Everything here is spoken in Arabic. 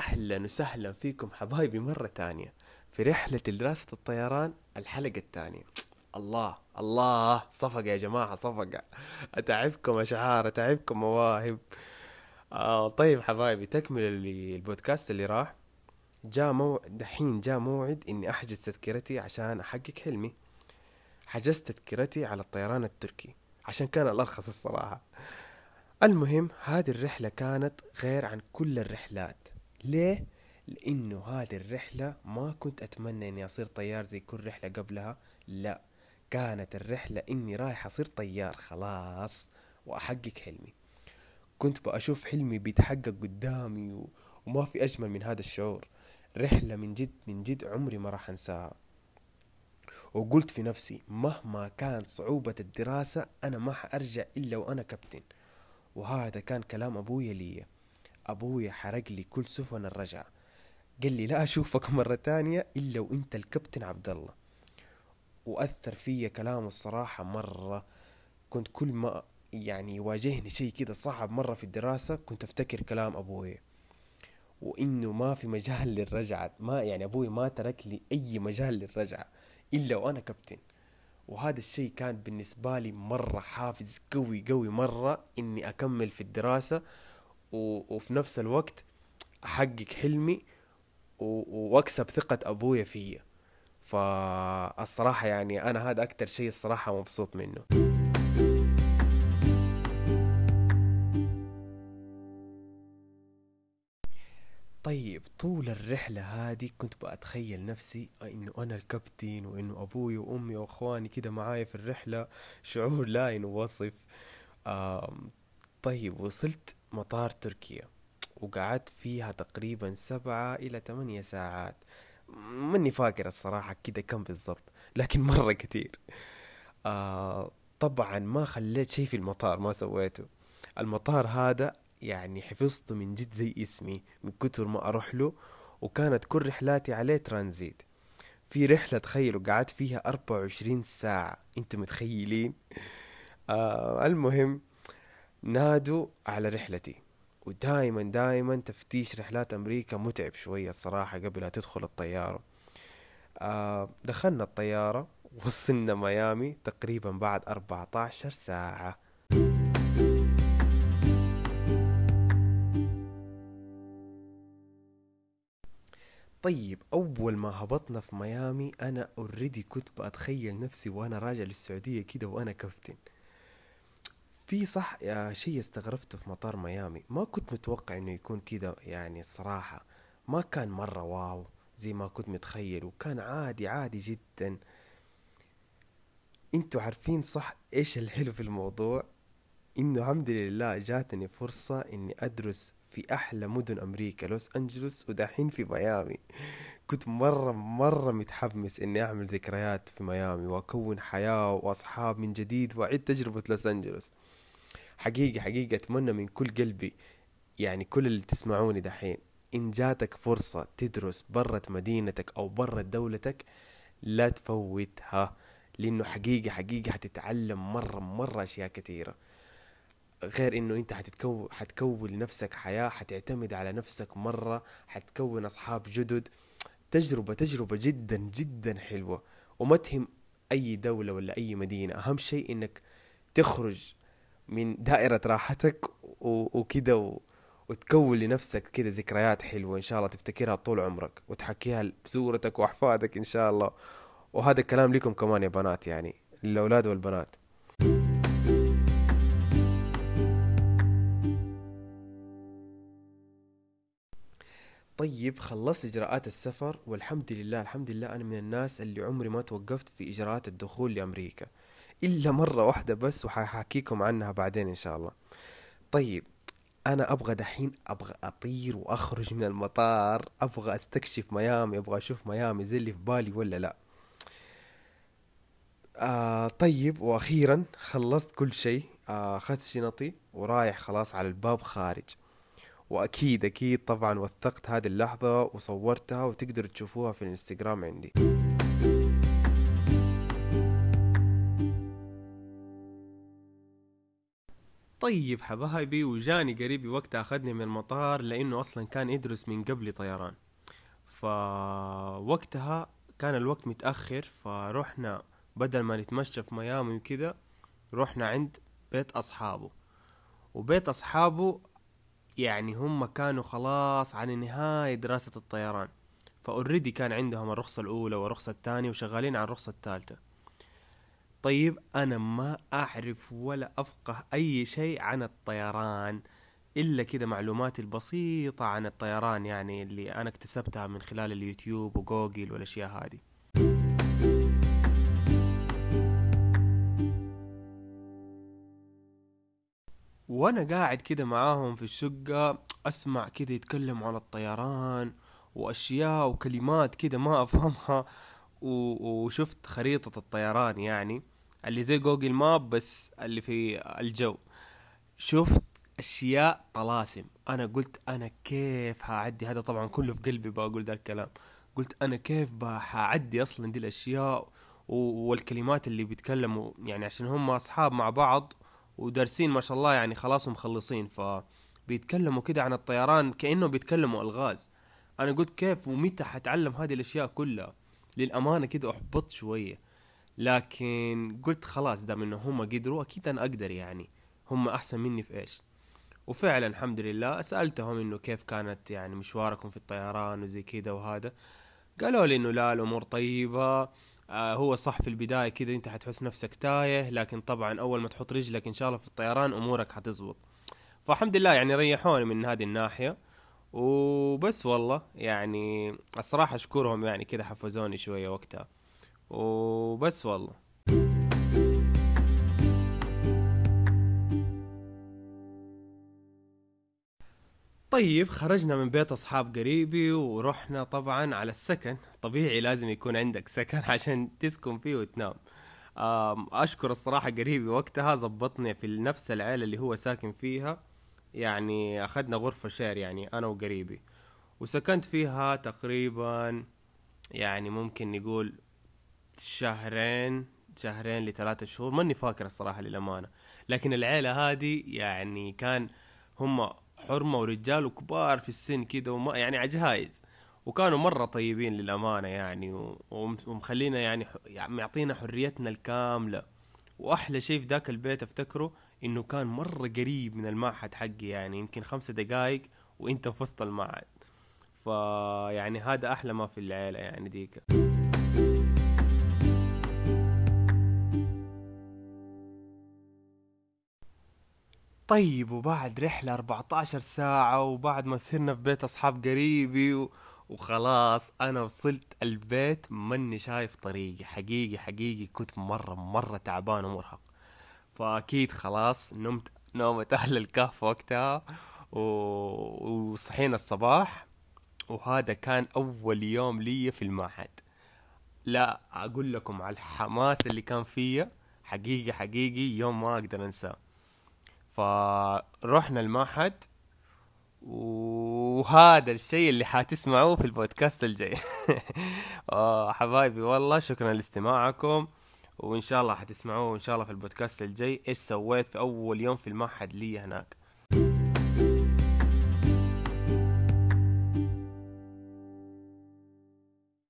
أهلا وسهلا فيكم حبايبي مرة تانية في رحلة دراسة الطيران الحلقة الثانية. الله الله، صفقة يا جماعة، صفقة. أتعبكم أشعار، أتعبكم مواهب. طيب حبايبي، تكمل البودكاست اللي راح. دحين جاء موعد إني أحجز تذكرتي عشان أحقق حلمي. حجزت تذكرتي على الطيران التركي عشان كان الأرخص الصراحة. المهم هذه الرحلة كانت غير عن كل الرحلات. ليه؟ لأنه هذه الرحلة ما كنت أتمنى إني أصير طيار زي كل رحلة قبلها. لا، كانت الرحلة إني رايح أصير طيار خلاص وأحقق حلمي. كنت بأشوف حلمي بيتحقق قدامي وما في أجمل من هذا الشعور. رحلة من جد من جد عمري ما راح أنساها. وقلت في نفسي مهما كان صعوبة الدراسة أنا ما حأرجع إلا وأنا كابتن. وهذا كان كلام أبويا لي. أبويا حرق لي كل سفن الرجعة، قال لي لا أشوفك مرة تانية إلا وإنت الكابتن عبد الله. وأثر فيا كلامه الصراحة مرة. كنت كل ما يواجهني شيء كده صعب مرة في الدراسة كنت أفتكر كلام أبويا، وإنه ما في مجال للرجعة. ما أبوي ما ترك لي أي مجال للرجعة إلا وأنا كابتن. وهذا الشيء كان بالنسبة لي مرة حافز قوي قوي مرة إني أكمل في الدراسة وفي نفس الوقت أحقق حلمي واكسب ثقة ابويا فيا. فالصراحة انا هذا اكتر شيء الصراحة مبسوط منه. طيب طول الرحلة هذه كنت بأتخيل نفسي انه انا الكابتن وانه ابوي وامي واخواني كده معايا في الرحلة. شعور لا ينوصف. آم طيب وصلت مطار تركيا وقعدت فيها تقريبا 7 إلى 8 ساعات. ماني فاكر الصراحة كده كم بالضبط، لكن مرة كتير. آه طبعا ما خليت شيء في المطار، ما سويته. المطار هذا حفظته من جد زي اسمي من كتر ما اروح له. وكانت كل رحلاتي عليه ترانزيت. في رحلة تخيلوا قعدت فيها 24 ساعة، انتم متخيلين؟ المهم نادوا على رحلتي. ودائما دائما تفتيش رحلات امريكا متعب شوية الصراحة قبل لا تدخل الطيارة. دخلنا الطيارة، وصلنا ميامي تقريبا بعد 14 ساعة. طيب أول ما هبطنا في ميامي أنا اوريدي كنت بأتخيل نفسي وأنا راجع للسعودية كده وأنا كابتن. في صح يا شيء استغربته في مطار ميامي، ما كنت متوقع إنه يكون كده الصراحة. ما كان مرة واو زي ما كنت متخيل، وكان عادي عادي جدا. انتوا عارفين صح ايش الحلو في الموضوع؟ انه الحمد لله جاتني فرصة اني ادرس في احلى مدن امريكا، لوس انجلوس، ودحين في ميامي. كنت مرة متحمس اني اعمل ذكريات في ميامي واكون حياة واصحاب من جديد واعيد تجربة لوس انجلوس. حقيقة حقيقة اتمنى من كل قلبي، كل اللي تسمعوني دحين، ان جاتك فرصة تدرس برة مدينتك او برة دولتك لا تفوتها. لانه حقيقة حقيقة حتتعلم مرة اشياء كثيرة. غير انه انت حتكون لنفسك حياة، حتعتمد على نفسك مرة، حتكون اصحاب جدد. تجربة جدا جدا حلوة. وما تهم اي دولة ولا اي مدينة، اهم شيء انك تخرج من دائرة راحتك وكده وتكون لنفسك كده ذكريات حلوة ان شاء الله تفتكرها طول عمرك وتحكيها بصورتك واحفادك ان شاء الله. وهذا الكلام لكم كمان يا بنات، للأولاد والبنات. طيب خلصت إجراءات السفر، والحمد لله الحمد لله أنا من الناس اللي عمري ما توقفت في إجراءات الدخول لأمريكا إلا مرة واحدة بس، وححكيكم عنها بعدين إن شاء الله. طيب أنا أبغى دحين أبغى أطير وأخرج من المطار، أبغى أستكشف ميامي، أبغى أشوف ميامي زي اللي في بالي ولا لا. طيب وأخيرا خلصت كل شيء. أخذت شنطي ورايح خلاص على الباب خارج. واكيد اكيد طبعا وثقت هذه اللحظة وصورتها وتقدروا تشوفوها في الانستغرام عندي. طيب حبايبي، وجاني قريبي وقتها أخذني من المطار لأنه أصلا كان يدرس من قبل طيران. فوقتها كان الوقت متأخر، فروحنا بدل ما نتمشى في ميامي وكده، رحنا عند بيت أصحابه. وبيت أصحابه يعني هم كانوا خلاص على نهاية دراسة الطيران، فأوريدي كان عندهم الرخصة الأولى والرخصة الثانية وشغالين على الرخصة الثالثة. طيب أنا ما أعرف ولا أفقه أي شيء عن الطيران، إلا كده معلوماتي البسيطة عن الطيران يعني اللي أنا اكتسبتها من خلال اليوتيوب وجوجل والأشياء هذه. وأنا قاعد كده معاهم في الشقة أسمع كده يتكلموا عن الطيران وأشياء وكلمات كده ما أفهمها. وشفت خريطة الطيران يعني اللي زي جوجل ماب بس اللي في الجو. شفت اشياء طلاسم. انا قلت انا كيف هعدي هذا؟ طبعا كله في قلبي بقول ده الكلام. قلت انا كيف هعدي اصلا دي الاشياء والكلمات اللي بيتكلموا يعني عشان هم اصحاب مع بعض ودارسين ما شاء الله يعني خلاص مخلصين، فبيتكلموا كده عن الطيران كأنه بيتكلموا الغاز. انا قلت كيف ومتى حتعلم هذه الاشياء كلها؟ للامانه كده احبطت شويه، لكن قلت خلاص دام انه هم قدروا اكيد انا اقدر يعني. هم احسن مني في ايش؟ وفعلا الحمد لله سألتهم انه كيف كانت يعني مشواركم في الطيران وزي كده وهذا. قالوا لي انه لا الامور طيبة. هو صح في البداية كده انت حتحس نفسك تايه، لكن طبعا اول ما تحط رجلك ان شاء الله في الطيران امورك حتزبط. فالحمد لله يعني ريحوني من هذه الناحية. وبس والله يعني الصراحة اشكرهم يعني كده حفزوني شوية وقتها. وبس والله. طيب خرجنا من بيت أصحاب قريبي ورحنا طبعا على السكن. طبيعي لازم يكون عندك سكن عشان تسكن فيه وتنام. أشكر الصراحة قريبي وقتها زبطني في نفس العيلة اللي هو ساكن فيها. يعني أخدنا غرفة شير يعني أنا وقريبي، وسكنت فيها تقريبا يعني ممكن نقول شهرين، شهرين لثلاثة شهور، ماني فاكر الصراحة للأمانة. لكن العيلة هذه يعني كان هم حرمة ورجال وكبار في السن كده وما يعني عجايز، وكانوا مرة طيبين للأمانة يعني ومخلينا يعني معطينا حريتنا الكاملة. وأحلى شيء في ذاك البيت أفتكره إنه كان مرة قريب من المعهد حقي، يعني يمكن 5 دقايق وإنت في وسط المعهد. فيعني هذا أحلى ما في العيلة يعني ديك. طيب وبعد رحلة 14 ساعة وبعد ما سهرنا في بيت أصحاب قريبي وخلاص أنا وصلت البيت ماني شايف طريقي. حقيقي حقيقي كنت مرة تعبان ومرهق. فأكيد خلاص نمت نومة أهل الكهف وقتها. و... وصحينا الصباح، وهذا كان أول يوم لي في المعهد. لا أقول لكم على الحماس اللي كان فيا. حقيقي حقيقي يوم ما أقدر أنساه. فرحنا المعهد، وهذا الشيء اللي حتسمعوه في البودكاست الجاي. حبايبي والله شكرا لاستماعكم، وإن شاء الله حتسمعوه إن شاء الله في البودكاست الجاي إيش سويت في أول يوم في المعهد لي هناك.